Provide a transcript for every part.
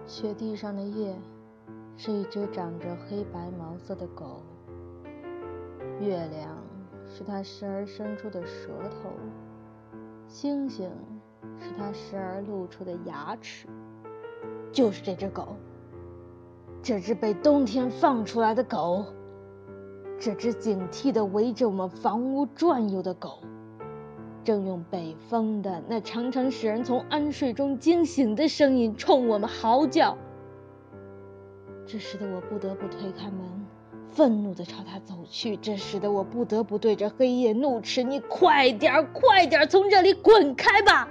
雪地上的夜是一只长着黑白毛色的狗，月亮是它时而伸出的舌头，星星是它时而露出的牙齿。就是这只狗，这只被冬天放出来的狗，这只警惕地围着我们房屋转悠的狗，正用北风的那常常使人从安睡中惊醒的声音冲我们嚎叫。这使得我不得不推开门，愤怒地朝他走去，这使得我不得不对着黑夜怒斥：你快点快点从这里滚开吧！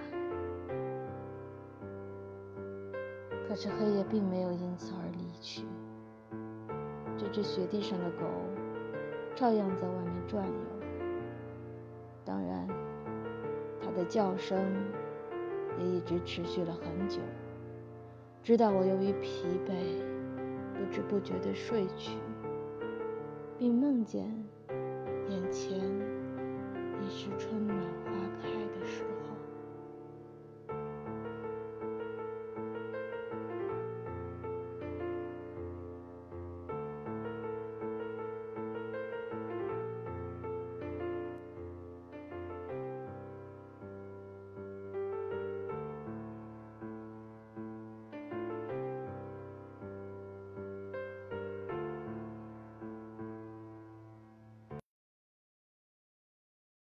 可是黑夜并没有因此而离去，这只雪地上的狗照样在外面转悠。当然，它的叫声也一直持续了很久，直到我由于疲惫不知不觉地睡去，并梦见眼前已是春暖